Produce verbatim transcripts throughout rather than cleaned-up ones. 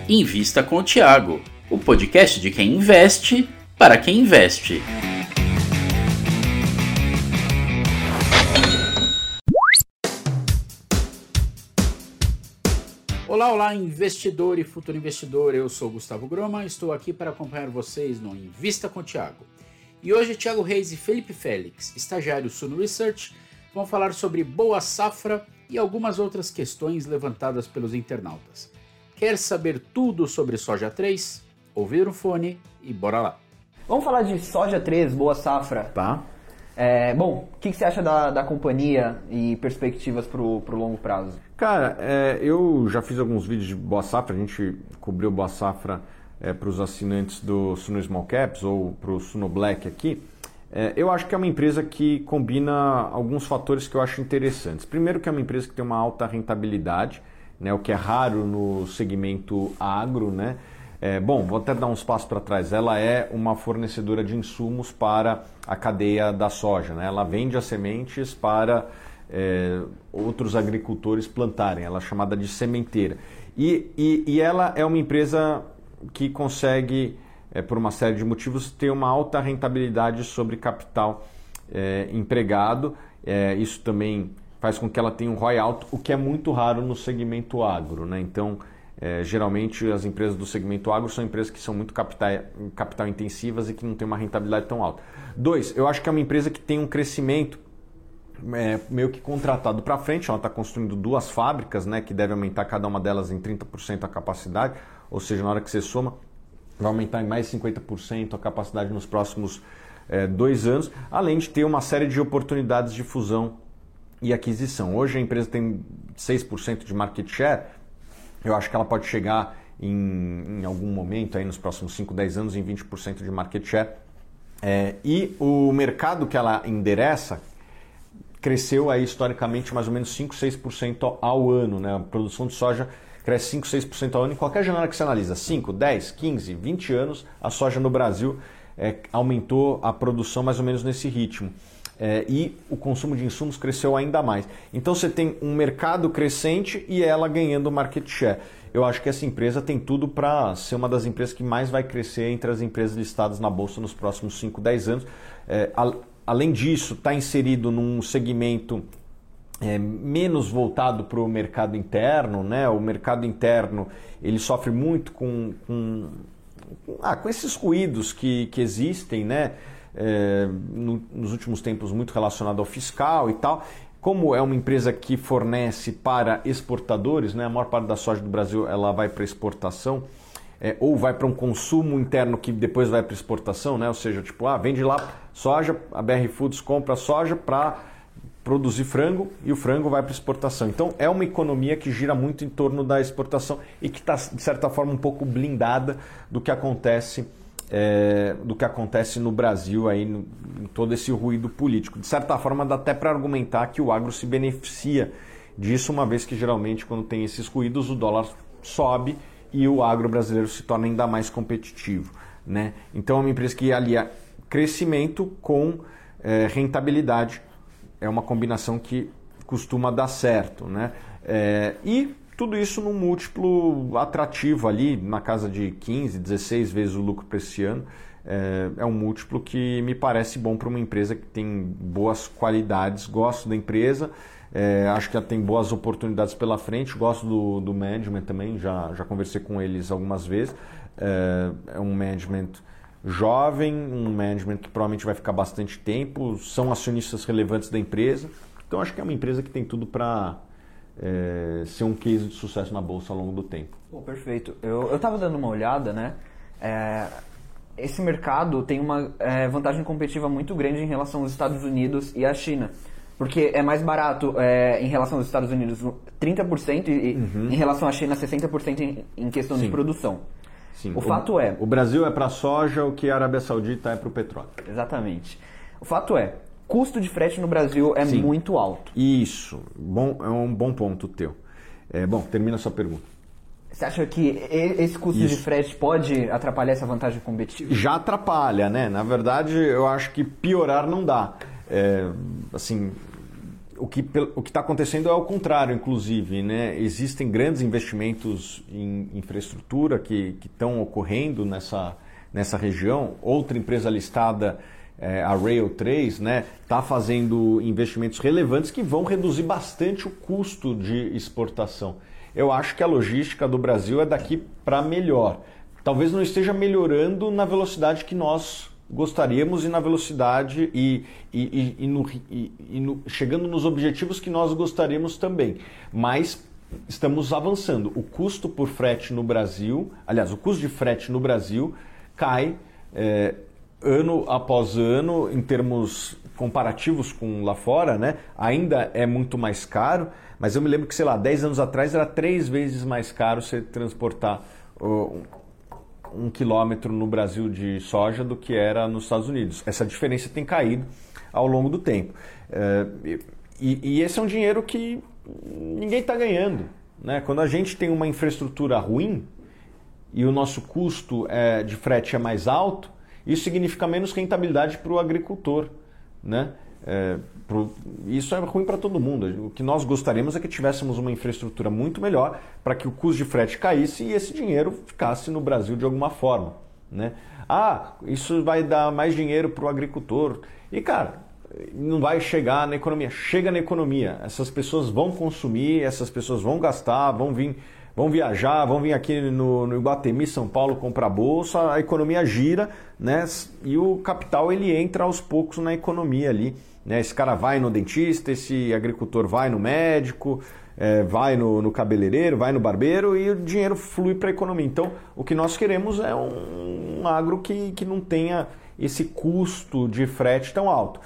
Invista com o Thiago, o podcast de quem investe para quem investe. Olá, olá, investidor e futuro investidor, eu sou Gustavo Groma, estou aqui para acompanhar vocês no Invista com o Thiago. E hoje Thiago Reis e Felipe Félix, estagiários Suno Research, vão falar sobre boa safra e algumas outras questões levantadas pelos internautas. Quer saber tudo sobre soja três? Ouvir o fone e bora lá. Vamos falar de soja três, boa safra. Tá. É, bom, o que, que você acha da, da companhia e perspectivas para o longo prazo? Cara, é, eu já fiz alguns vídeos de boa safra, a gente cobriu boa safra é, para os assinantes do Suno Small Caps ou para o Suno Black aqui. É, eu acho que é uma empresa que combina alguns fatores que eu acho interessantes. Primeiro que é uma empresa que tem uma alta rentabilidade, né, o que é raro no segmento agro, né? É, bom, vou até dar uns passos para trás. Ela é uma fornecedora de insumos para a cadeia da soja, né? Ela vende as sementes para é, outros agricultores plantarem. Ela é chamada de sementeira. E, e, e ela é uma empresa que consegue, é, por uma série de motivos, ter uma alta rentabilidade sobre capital é, empregado. É, isso também faz com que ela tenha um R O I alto, o que é muito raro no segmento agro, né? Então, É, geralmente as empresas do segmento agro são empresas que são muito capital, capital intensivas e que não têm uma rentabilidade tão alta. Dois, eu acho que é uma empresa que tem um crescimento é, meio que contratado para frente. Ela está construindo duas fábricas, né, que deve aumentar cada uma delas em trinta por cento a capacidade, ou seja, na hora que você soma, vai aumentar em mais cinquenta por cento a capacidade nos próximos é, dois anos, além de ter uma série de oportunidades de fusão e aquisição. Hoje a empresa tem seis por cento de market share. Eu acho que ela pode chegar em, em algum momento, aí nos próximos cinco, dez anos, em vinte por cento de market share. É, e o mercado que ela endereça cresceu aí, historicamente mais ou menos cinco, seis por cento ao ano. Né? A produção de soja cresce cinco, seis por cento ao ano. Em qualquer janela que você analisa, cinco, dez, quinze, vinte anos, a soja no Brasil é, aumentou a produção mais ou menos nesse ritmo. É, e o consumo de insumos cresceu ainda mais. Então você tem um mercado crescente e ela ganhando market share. Eu acho que essa empresa tem tudo para ser uma das empresas que mais vai crescer entre as empresas listadas na Bolsa nos próximos cinco, dez anos. É, a, além disso, está inserido num segmento é, menos voltado para o mercado interno, né? O mercado interno ele sofre muito com, com, ah, com esses ruídos que, que existem, né? É, no, nos últimos tempos muito relacionado ao fiscal e tal. Como é uma empresa que fornece para exportadores, né, a maior parte da soja do Brasil ela vai para exportação, é, ou vai para um consumo interno que depois vai para exportação, né, ou seja, tipo, ah, vende lá soja, a B R Foods compra soja para produzir frango e o frango vai para exportação. Então é uma economia que gira muito em torno da exportação e que está, de certa forma, um pouco blindada do que acontece É, do que acontece no Brasil aí, no, em todo esse ruído político. De certa forma dá até para argumentar que o agro se beneficia disso, uma vez que geralmente quando tem esses ruídos o dólar sobe e o agro brasileiro se torna ainda mais competitivo, né? Então é uma empresa que alia crescimento com é, rentabilidade, é uma combinação que costuma dar certo, né? É, e tudo isso num múltiplo atrativo ali, na casa de quinze, dezesseis vezes o lucro para esse ano. É, é um múltiplo que me parece bom para uma empresa que tem boas qualidades. Gosto da empresa, é, acho que ela tem boas oportunidades pela frente. Gosto do, do management também, já, já conversei com eles algumas vezes. É, é um management jovem, um management que provavelmente vai ficar bastante tempo. São acionistas relevantes da empresa. Então acho que é uma empresa que tem tudo para É, ser um case de sucesso na Bolsa ao longo do tempo. Pô, perfeito. Eu estava dando uma olhada, né? É, esse mercado tem uma é, vantagem competitiva muito grande em relação aos Estados Unidos e à China. Porque é mais barato é, em relação aos Estados Unidos trinta por cento e uhum. em relação à China sessenta por cento em, em questão Sim. de produção. Sim. O, o fato é... O Brasil é para a soja, o que a Arábia Saudita é para o petróleo. Exatamente. O fato é... custo de frete no Brasil é Sim. muito alto. Isso, bom, é um bom ponto teu. É, bom, termina a sua pergunta. Você acha que esse custo Isso. de frete pode atrapalhar essa vantagem competitiva? Já atrapalha, né? Na verdade, eu acho que piorar não dá. É, assim, o que o que está acontecendo é o contrário, inclusive, né? Existem grandes investimentos em infraestrutura que estão ocorrendo nessa, nessa região. Outra empresa listada, é, a Rail três, né, está fazendo investimentos relevantes que vão reduzir bastante o custo de exportação. Eu acho que a logística do Brasil é daqui para melhor. Talvez não esteja melhorando na velocidade que nós gostaríamos e na velocidade e, e, e, e, no, e, e no, chegando nos objetivos que nós gostaríamos também. Mas estamos avançando. O custo por frete no Brasil, aliás, o custo de frete no Brasil cai é, ano após ano em termos comparativos com lá fora, né? Ainda é muito mais caro, mas eu me lembro que, sei lá, dez anos atrás era três vezes mais caro você transportar uh, um quilômetro no Brasil de soja do que era nos Estados Unidos. Essa diferença tem caído ao longo do tempo. Uh, e, e esse é um dinheiro que ninguém está ganhando, né? Quando a gente tem uma infraestrutura ruim e o nosso custo é, de frete é mais alto, isso significa menos rentabilidade para o agricultor, né? É, pro, isso é ruim para todo mundo. O que nós gostaríamos é que tivéssemos uma infraestrutura muito melhor para que o custo de frete caísse e esse dinheiro ficasse no Brasil de alguma forma, né? Ah, isso vai dar mais dinheiro para o agricultor. E, cara, não vai chegar na economia. Chega na economia. Essas pessoas vão consumir, essas pessoas vão gastar, vão vir... Vão viajar, vão vir aqui no, no Iguatemi, São Paulo, comprar bolsa, a economia gira, né? E o capital ele entra aos poucos na economia ali, né? Esse cara vai no dentista, esse agricultor vai no médico, é, vai no, no cabeleireiro, vai no barbeiro e o dinheiro flui para a economia. Então, o que nós queremos é um, um agro que, que não tenha esse custo de frete tão alto.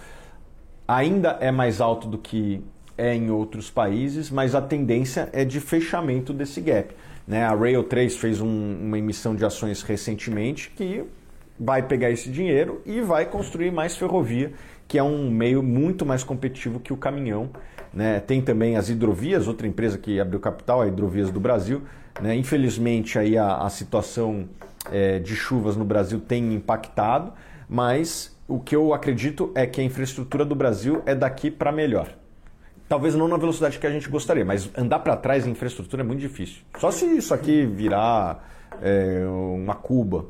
Ainda é mais alto do que é em outros países, mas a tendência é de fechamento desse gap, né? A Rail três fez um, uma emissão de ações recentemente que vai pegar esse dinheiro e vai construir mais ferrovia, que é um meio muito mais competitivo que o caminhão, né? Tem também as hidrovias, outra empresa que abriu capital, a Hidrovias do Brasil, né? Infelizmente aí a, a situação é, de chuvas no Brasil tem impactado, mas o que eu acredito é que a infraestrutura do Brasil é daqui para melhor. Talvez não na velocidade que a gente gostaria, mas andar para trás em infraestrutura é muito difícil. Só se isso aqui virar é, uma Cuba.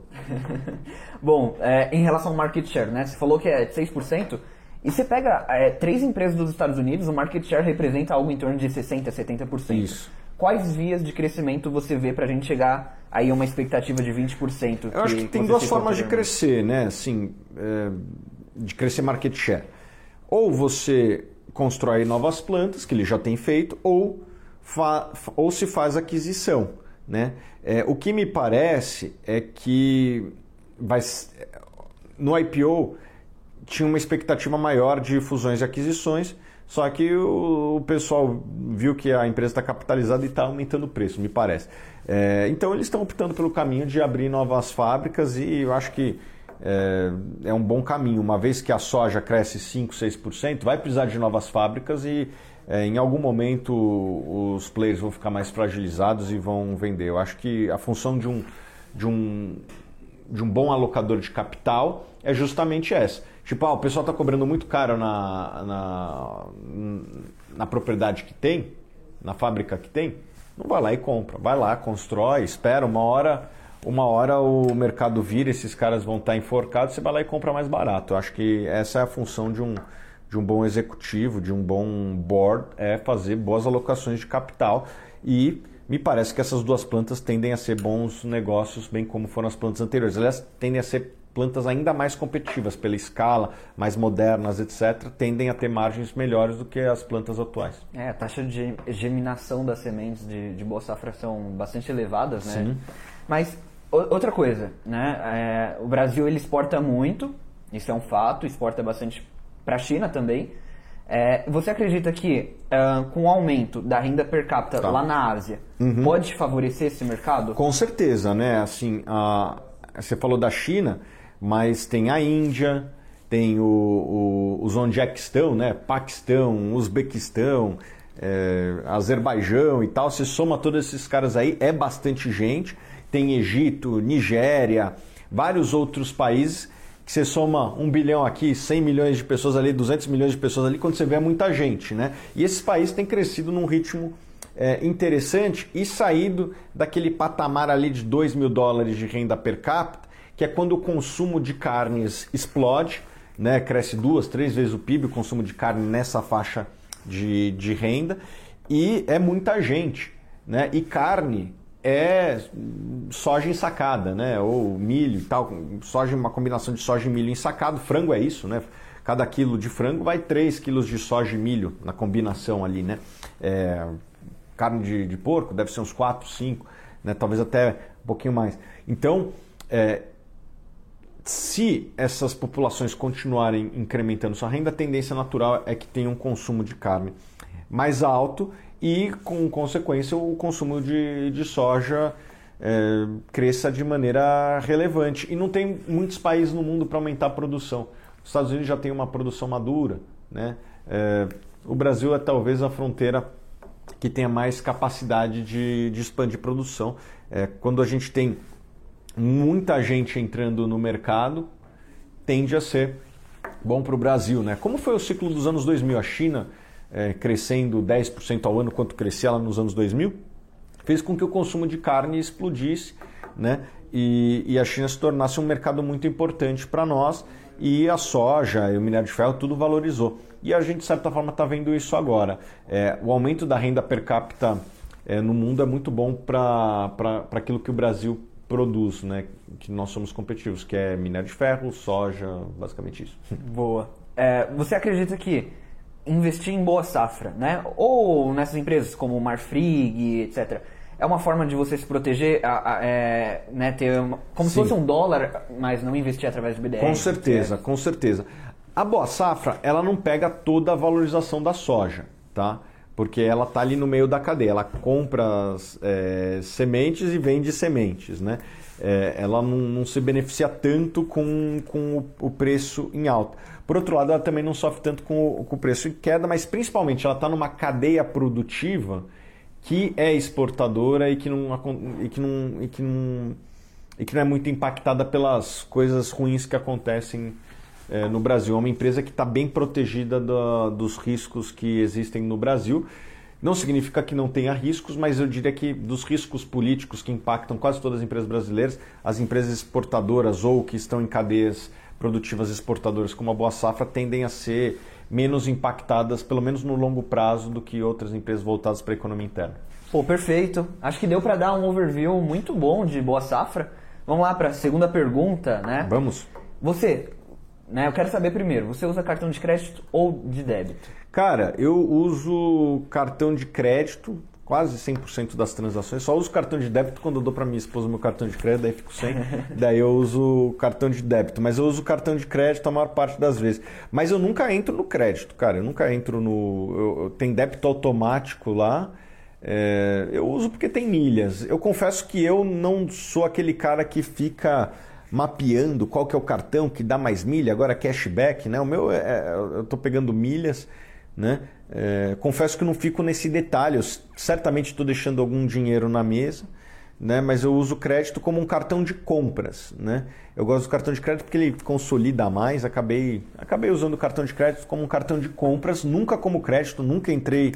Bom, é, em relação ao market share, né? Você falou que é seis por cento. E você pega é, três empresas dos Estados Unidos, o market share representa algo em torno de sessenta por cento, setenta por cento. Isso. Quais vias de crescimento você vê para a gente chegar aí a uma expectativa de vinte por cento? Eu acho que, que tem duas formas de crescer, né? Assim, é, de crescer market share. Ou você constrói novas plantas, que ele já tem feito, ou, fa ou se faz aquisição, né? É, o que me parece é que vai, no I P O tinha uma expectativa maior de fusões e aquisições, só que o, o pessoal viu que a empresa está capitalizada e está aumentando o preço, me parece. É, então eles estão optando pelo caminho de abrir novas fábricas e eu acho que É, é um bom caminho. Uma vez que a soja cresce cinco, seis por cento, vai precisar de novas fábricas e é, em algum momento os players vão ficar mais fragilizados e vão vender. Eu acho que a função de um, de um, de um bom alocador de capital é justamente essa. Tipo, ah, o pessoal está cobrando muito caro na, na, na propriedade que tem, na fábrica que tem, não vai lá e compra. Vai lá, constrói, espera uma hora... Uma hora o mercado vira, esses caras vão estar enforcados, você vai lá e compra mais barato. Eu acho que essa é a função de um, de um bom executivo, de um bom board, é fazer boas alocações de capital. E me parece que essas duas plantas tendem a ser bons negócios, bem como foram as plantas anteriores. Aliás, tendem a ser plantas ainda mais competitivas pela escala, mais modernas, etcétera. Tendem a ter margens melhores do que as plantas atuais. É, a taxa de germinação das sementes de, de boa safra são bastante elevadas, né? Sim. Mas... Outra coisa, né? É, o Brasil ele exporta muito, isso é um fato, exporta bastante para a China também. É, você acredita que uh, com o aumento da renda per capita tá. lá na Ásia, uhum. pode favorecer esse mercado? Com certeza, né? Assim, a, você falou da China, mas tem a Índia, tem o, o, os Ondequistão, né? Paquistão, Uzbequistão, é, Azerbaijão e tal. Você soma todos esses caras aí, é bastante gente. Tem Egito, Nigéria, vários outros países que você soma um bilhão aqui, cem milhões de pessoas ali, duzentos milhões de pessoas ali, quando você vê é muita gente, né? E esses países têm crescido num ritmo é, interessante e saído daquele patamar ali de dois mil dólares de renda per capita, que é quando o consumo de carnes explode, né? Cresce duas, três vezes o P I B, o consumo de carne nessa faixa de, de renda, e é muita gente, né? E carne é soja ensacada, né? Ou milho e tal, soja, uma combinação de soja e milho ensacado, frango é isso, né? Cada quilo de frango vai três quilos de soja e milho na combinação ali, né? É, carne de, de porco deve ser uns quatro, cinco, né? Talvez até um pouquinho mais. Então, é, se essas populações continuarem incrementando sua renda, a tendência natural é que tenha um consumo de carne mais alto e, com consequência, o consumo de, de soja é, cresça de maneira relevante. E não tem muitos países no mundo para aumentar a produção. Os Estados Unidos já tem uma produção madura, né? É, o Brasil é talvez a fronteira que tenha mais capacidade de, de expandir produção. É, quando a gente tem muita gente entrando no mercado, tende a ser bom para o Brasil, né? Como foi o ciclo dos anos dois mil? A China é, crescendo dez por cento ao ano, quanto crescia lá nos anos dois mil, fez com que o consumo de carne explodisse, né? E, e a China se tornasse um mercado muito importante para nós, e a soja e o minério de ferro tudo valorizou. E a gente, de certa forma, está vendo isso agora. É, o aumento da renda per capita é, no mundo é muito bom para aquilo que o Brasil produz, né? Que nós somos competitivos, que é minério de ferro, soja, basicamente isso. Boa. É, você acredita que investir em boa safra, né? Ou nessas empresas como Marfrig, etcétera, é uma forma de você se proteger, a, a, é, né? Ter uma, como Sim. se fosse um dólar, mas não investir através do B D R? Com certeza, com certeza. A boa safra, ela não pega toda a valorização da soja, tá? Porque ela está ali no meio da cadeia, ela compra é, sementes e vende sementes, né? É, ela não, não se beneficia tanto com, com o, o preço em alta. Por outro lado, ela também não sofre tanto com o, com o preço em queda, mas principalmente ela está numa cadeia produtiva que é exportadora e que não, e que não, e que não, e que não é muito impactada pelas coisas ruins que acontecem É, no Brasil. É uma empresa que está bem protegida do, dos riscos que existem no Brasil. Não significa que não tenha riscos, mas eu diria que dos riscos políticos que impactam quase todas as empresas brasileiras, as empresas exportadoras ou que estão em cadeias produtivas exportadoras como a Boa Safra tendem a ser menos impactadas, pelo menos no longo prazo, do que outras empresas voltadas para a economia interna. Pô, perfeito. Acho que deu para dar um overview muito bom de Boa Safra. Vamos lá para a segunda pergunta, né? Vamos. Você... Né, eu quero saber primeiro, você usa cartão de crédito ou de débito? Cara, eu uso cartão de crédito, quase cem por cento das transações. Só uso cartão de débito quando eu dou para minha esposa meu cartão de crédito, daí fico sem. Daí eu uso cartão de débito. Mas eu uso cartão de crédito a maior parte das vezes. Mas eu nunca entro no crédito, cara. Eu nunca entro no... Eu, eu, tem débito automático lá. É, eu uso porque tem milhas. Eu confesso que eu não sou aquele cara que fica... mapeando qual que é o cartão que dá mais milha, agora cashback, né? O meu, é, eu estou pegando milhas, né? É, confesso que não fico nesse detalhe, eu certamente estou deixando algum dinheiro na mesa, né? Mas eu uso o crédito como um cartão de compras, né? Eu gosto do cartão de crédito porque ele consolida mais, acabei, acabei usando o cartão de crédito como um cartão de compras, nunca como crédito, nunca entrei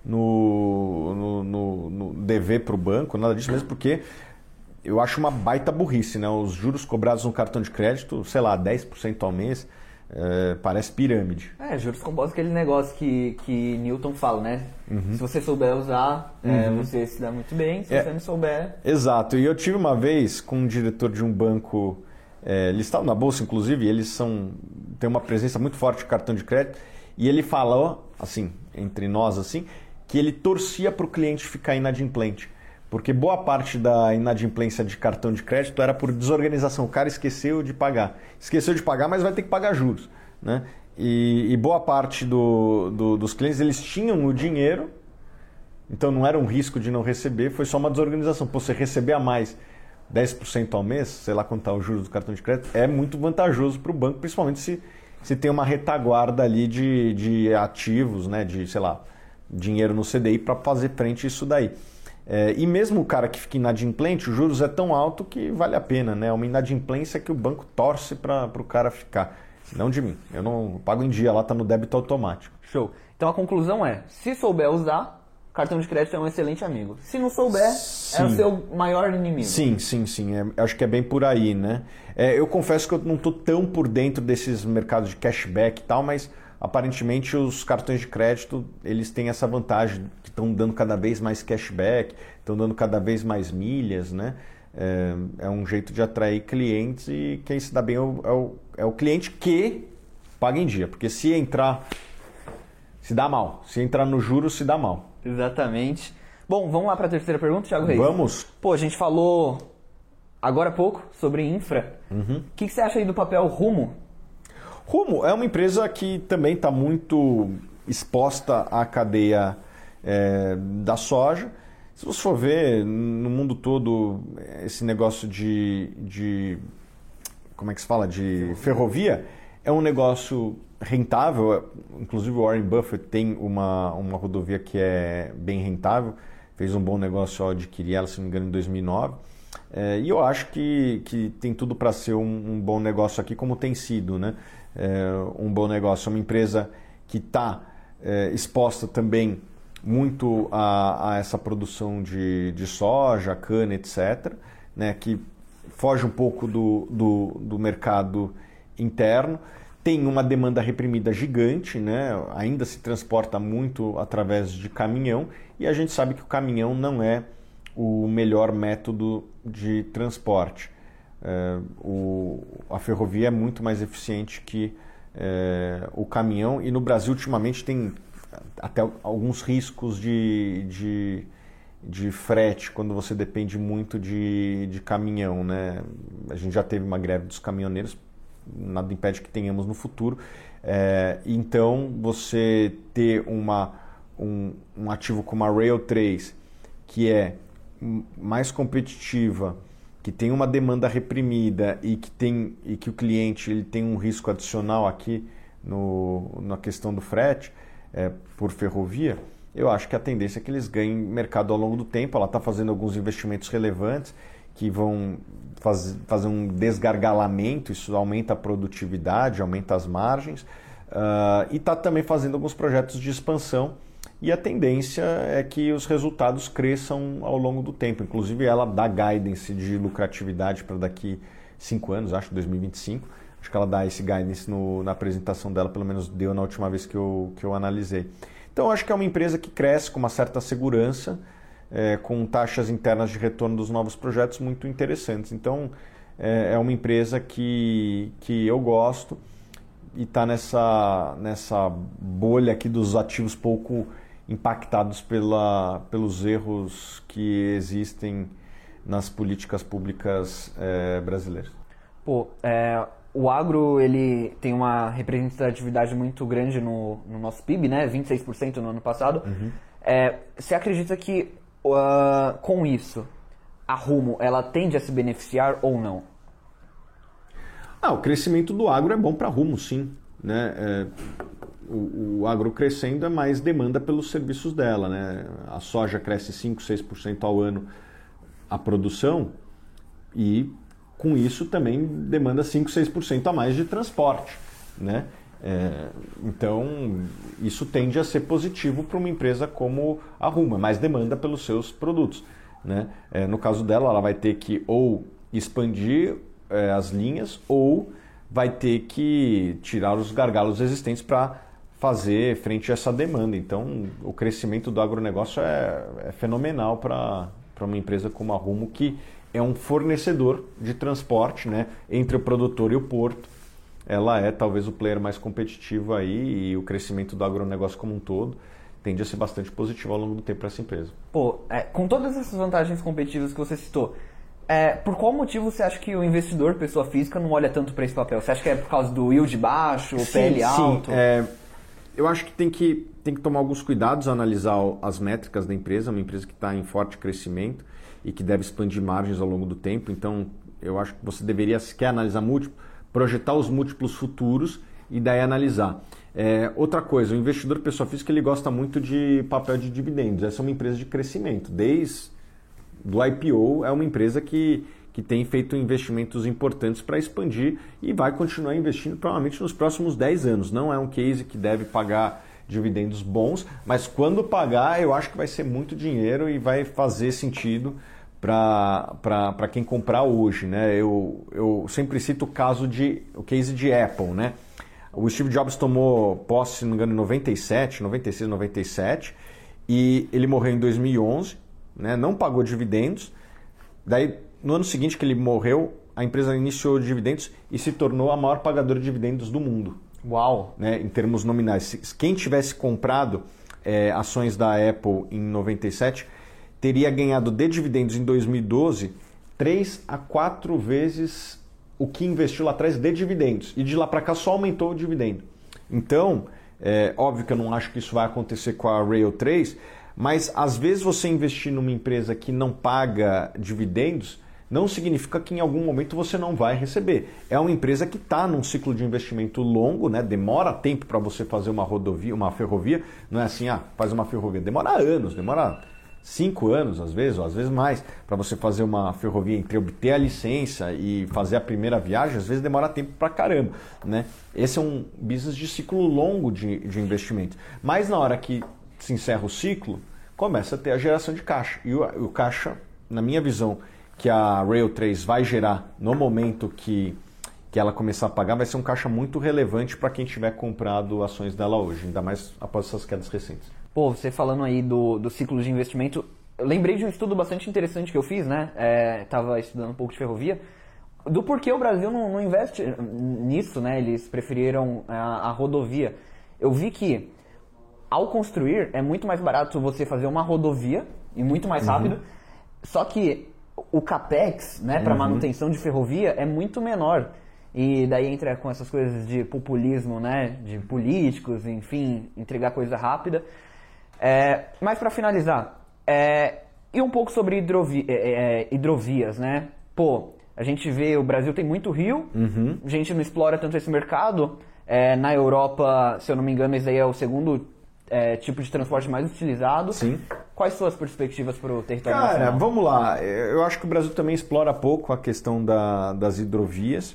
no, no, no, no dever para o banco, nada disso, mesmo porque... eu acho uma baita burrice, né? Os juros cobrados no cartão de crédito, sei lá, dez por cento ao mês, é, parece pirâmide. É, juros compostos, aquele negócio que, que Newton fala, né? Uhum. Se você souber usar, uhum. é, você se dá muito bem, se é, você não souber... Exato, e eu tive uma vez com um diretor de um banco, é, listado na bolsa inclusive, eles são, têm uma presença muito forte de cartão de crédito, e ele falou, assim, entre nós, assim, que ele torcia para o cliente ficar inadimplente. Porque boa parte da inadimplência de cartão de crédito era por desorganização. O cara esqueceu de pagar. Esqueceu de pagar, mas vai ter que pagar juros, né? E, e boa parte do, do, dos clientes, eles tinham o dinheiro, então não era um risco de não receber, foi só uma desorganização. Pô, você receber a mais dez por cento ao mês, sei lá quanto está o juros do cartão de crédito, é muito vantajoso para o banco, principalmente se, se tem uma retaguarda ali de, de ativos, né? De, sei lá, dinheiro no C D I para fazer frente a isso daí. É, e mesmo o cara que fica inadimplente, os juros é tão alto que vale a pena, né? Uma inadimplência que o banco torce para o cara ficar. Não de mim. Eu não pago em dia, lá está no débito automático. Show. Então a conclusão é, se souber usar, cartão de crédito é um excelente amigo. Se não souber, sim, é o seu maior inimigo. Sim, sim, sim. É, acho que é bem por aí, né? É, eu confesso que eu não estou tão por dentro desses mercados de cashback e tal, mas aparentemente os cartões de crédito, eles têm essa vantagem, que estão dando cada vez mais cashback, estão dando cada vez mais milhas, né? É, é um jeito de atrair clientes e quem se dá bem é o, é o, é o cliente que paga em dia, porque se entrar, se dá mal. Se entrar no juros, se dá mal. Exatamente. Bom, vamos lá para a terceira pergunta, Thiago Reis? Vamos. Pô, a gente falou agora há pouco sobre infra. Uhum. O que, que você acha aí do papel Rumo? Rumo é uma empresa que também está muito exposta à cadeia é, da soja. Se você for ver no mundo todo esse negócio de, de como é que se fala, de ferrovia, é um negócio rentável. Inclusive o Warren Buffett tem uma, uma rodovia que é bem rentável, fez um bom negócio ao adquirir ela, se não me engano, em dois mil e nove. É, e eu acho que, que tem tudo para ser um, um bom negócio aqui, como tem sido, né? É, um bom negócio, é uma empresa que está é, exposta também muito a, a essa produção de, de soja, cana, etcétera, né, que foge um pouco do, do, do mercado interno, tem uma demanda reprimida gigante, né, ainda se transporta muito através de caminhão e a gente sabe que o caminhão não é o melhor método de transporte. É, o, a ferrovia é muito mais eficiente que é, o caminhão e no Brasil ultimamente tem até alguns riscos de, de, de frete quando você depende muito de, de caminhão, né? A gente já teve uma greve dos caminhoneiros, nada impede que tenhamos no futuro. É, então você ter uma, um, um ativo como a Rail três, que é mais competitiva, que tem uma demanda reprimida e que, tem, e que o cliente ele tem um risco adicional aqui no, na questão do frete, é, por ferrovia, eu acho que a tendência é que eles ganhem mercado ao longo do tempo. Ela está fazendo alguns investimentos relevantes que vão faz, fazer um desgargalamento, isso aumenta a produtividade, aumenta as margens, uh, e está também fazendo alguns projetos de expansão. E a tendência é que os resultados cresçam ao longo do tempo. Inclusive, ela dá guidance de lucratividade para daqui cinco anos, acho, dois mil e vinte e cinco. Acho que ela dá esse guidance no, na apresentação dela, pelo menos deu na última vez que eu, que eu analisei. Então, acho que é uma empresa que cresce com uma certa segurança, é, com taxas internas de retorno dos novos projetos muito interessantes. Então, é, é uma empresa que, que eu gosto e está nessa, nessa bolha aqui dos ativos pouco impactados pela, pelos erros que existem nas políticas públicas é, brasileiras. Pô, é, o agro ele tem uma representatividade muito grande no, no nosso P I B, né? vinte e seis por cento no ano passado. Uhum. É, você acredita que uh, com isso a Rumo ela tende a se beneficiar ou não? Ah, o crescimento do agro é bom para a Rumo, sim, né? É, o, o agro crescendo é mais demanda pelos serviços dela, né? A soja cresce cinco, seis por cento ao ano a produção e com isso também demanda cinco, seis por cento a mais de transporte, né? É, então isso tende a ser positivo para uma empresa como a Rumo, é mais demanda pelos seus produtos, né? É, no caso dela, ela vai ter que ou expandir é, as linhas ou vai ter que tirar os gargalos existentes para fazer frente a essa demanda. Então, o crescimento do agronegócio é, é fenomenal para uma empresa como a Rumo, que é um fornecedor de transporte, né, entre o produtor e o porto. Ela é talvez o player mais competitivo aí e o crescimento do agronegócio como um todo tende a ser bastante positivo ao longo do tempo para essa empresa. Pô, é, com todas essas vantagens competitivas que você citou, é, por qual motivo você acha que o investidor, pessoa física, não olha tanto para esse papel? Você acha que é por causa do yield baixo, o P L alto? Sim, é, eu acho que tem, que tem que tomar alguns cuidados, analisar as métricas da empresa, uma empresa que está em forte crescimento e que deve expandir margens ao longo do tempo. Então, eu acho que você deveria, se quer analisar múltiplo, projetar os múltiplos futuros e daí analisar. É, outra coisa, o investidor pessoa física ele gosta muito de papel de dividendos. Essa é uma empresa de crescimento. Desde do I P O, é uma empresa que, que tem feito investimentos importantes para expandir e vai continuar investindo provavelmente nos próximos dez anos. Não é um case que deve pagar dividendos bons, mas quando pagar eu acho que vai ser muito dinheiro e vai fazer sentido para quem comprar hoje, né? Eu, eu sempre cito o caso de o case de Apple, né? O Steve Jobs tomou posse, se não me engano, em noventa e sete, noventa e seis, noventa e sete, e ele morreu em dois mil e onze, né? Não pagou dividendos. Daí, no ano seguinte que ele morreu, a empresa iniciou dividendos e se tornou a maior pagadora de dividendos do mundo. Uau! Né? Em termos nominais. Quem tivesse comprado é, ações da Apple em noventa e sete teria ganhado de dividendos em dois mil e doze três a quatro vezes o que investiu lá atrás de dividendos. E de lá para cá só aumentou o dividendo. Então, é óbvio que eu não acho que isso vai acontecer com a Rail três, mas às vezes você investir numa empresa que não paga dividendos não significa que em algum momento você não vai receber. É uma empresa que está num ciclo de investimento longo, né? Demora tempo para você fazer uma rodovia, uma ferrovia. Não é assim, ah, faz uma ferrovia. Demora anos, demora cinco anos às vezes, ou às vezes mais, para você fazer uma ferrovia, entre obter a licença e fazer a primeira viagem, às vezes demora tempo pra caramba, né? Esse é um business de ciclo longo de, de investimento. Mas na hora que se encerra o ciclo, começa a ter a geração de caixa. E o, o caixa, na minha visão, que a Rail três vai gerar no momento que, que ela começar a pagar, vai ser um caixa muito relevante para quem tiver comprado ações dela hoje, ainda mais após essas quedas recentes. Pô, você falando aí do, do ciclo de investimento, eu lembrei de um estudo bastante interessante que eu fiz, né? É, tava estudando um pouco de ferrovia, do porquê o Brasil não, não investe nisso, né? Eles preferiram a, a rodovia. Eu vi que, ao construir, é muito mais barato você fazer uma rodovia, e muito mais rápido, uhum. Só que o capex, né, para uhum. manutenção de ferrovia é muito menor. E daí entra com essas coisas de populismo, né, de políticos, enfim, entregar coisa rápida. É, mas para finalizar, é, e um pouco sobre hidrovi é, é, hidrovias, né? Pô, a gente vê, o Brasil tem muito rio, uhum. A gente não explora tanto esse mercado. É, na Europa, se eu não me engano, esse aí é o segundo é, tipo de transporte mais utilizado. Sim. Quais suas perspectivas para o território Cara, nacional? vamos lá. Eu acho que o Brasil também explora pouco a questão da, das hidrovias.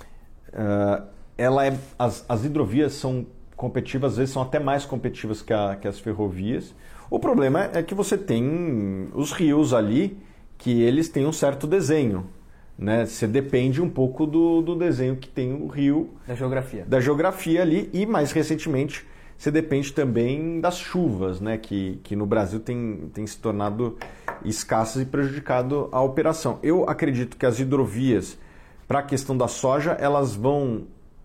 Uh, ela é, as, as hidrovias são competitivas, às vezes são até mais competitivas que, a, que as ferrovias. O problema é que você tem os rios ali, que eles têm um certo desenho, né? Você depende um pouco do, do desenho que tem o rio. Da geografia. Da geografia ali, e mais recentemente você depende também das chuvas, né? Que, que no Brasil tem, tem se tornado escassas e prejudicado a operação. Eu acredito que as hidrovias, para a questão da soja, elas vão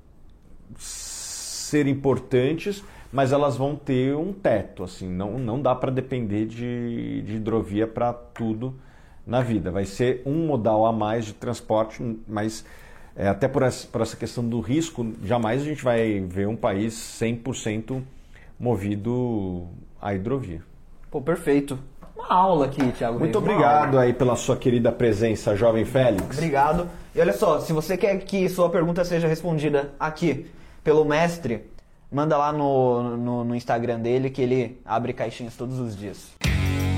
ser importantes, mas elas vão ter um teto, assim, não, não dá para depender de, de hidrovia para tudo na vida. Vai ser um modal a mais de transporte, mas é, até por essa, por essa questão do risco, jamais a gente vai ver um país cem por cento movido a hidrovia. Pô, perfeito. Uma aula aqui, Thiago. Muito obrigado aí pela sua querida presença, jovem Félix. Obrigado. E olha só, se você quer que sua pergunta seja respondida aqui pelo mestre, manda lá no, no, no Instagram dele que ele abre caixinhas todos os dias.